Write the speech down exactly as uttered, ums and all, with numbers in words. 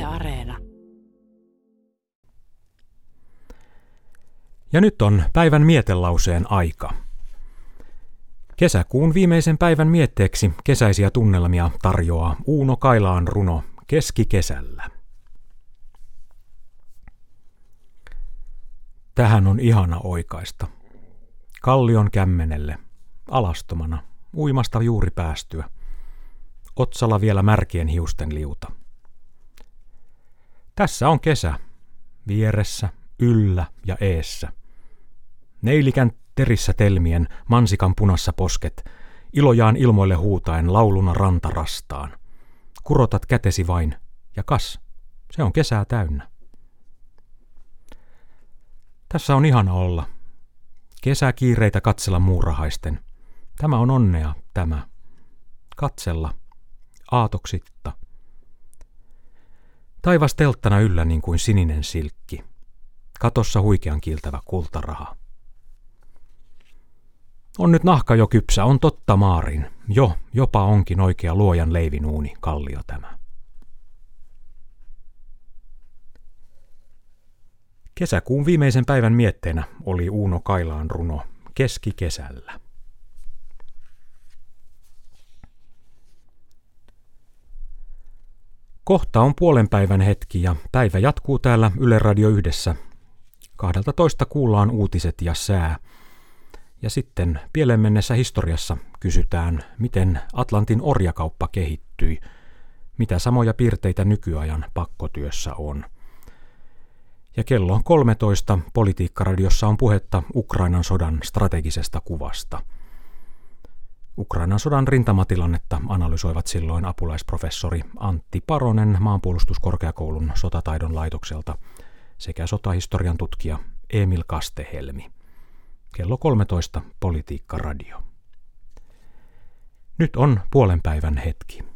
Yle Areena. Ja nyt on päivän mietelauseen aika. Kesäkuun viimeisen päivän mietteeksi kesäisiä tunnelmia tarjoaa Uuno Kailaan runo Keskikesällä. Tähän on ihana oikaista. Kallion kämmenelle, alastomana, uimasta juuri päästyä. Otsalla vielä märkien hiusten liuta. Tässä on kesä, vieressä, yllä ja eessä. Neilikän terissä telmien, mansikan punassa posket, ilojaan ilmoille huutaen lauluna rantarastaan. Kurotat kätesi vain, ja kas, se on kesää täynnä. Tässä on ihana olla. Kesäkiireitä katsella muurahaisten. Tämä on onnea, tämä. Katsella, aatoksitta. Taivas telttana yllä niin kuin sininen silkki. Katossa huikean kiiltävä kultaraha. On nyt nahka jo kypsä, on totta maarin. Jo, jopa onkin oikea luojan leivinuuni, kallio tämä. Kesäkuun viimeisen päivän mietteenä oli Uuno Kailaan runo Keskikesällä. Kohta on puolen päivän hetki ja päivä jatkuu täällä Yle Radio yhdessä. kahdeltatoista kuullaan uutiset ja sää. Ja sitten pieleen mennessä historiassa kysytään, miten Atlantin orjakauppa kehittyi, mitä samoja piirteitä nykyajan pakkotyössä on. Ja kello kolmetoista Politiikkaradiossa on puhetta Ukrainan sodan strategisesta kuvasta. Ukrainan sodan rintamatilannetta analysoivat silloin apulaisprofessori Antti Paronen Maanpuolustuskorkeakoulun sotataidon laitokselta sekä sotahistorian tutkija Emil Kastehelmi. Kello kolmetoista Politiikkaradio. Nyt on puolen päivän hetki.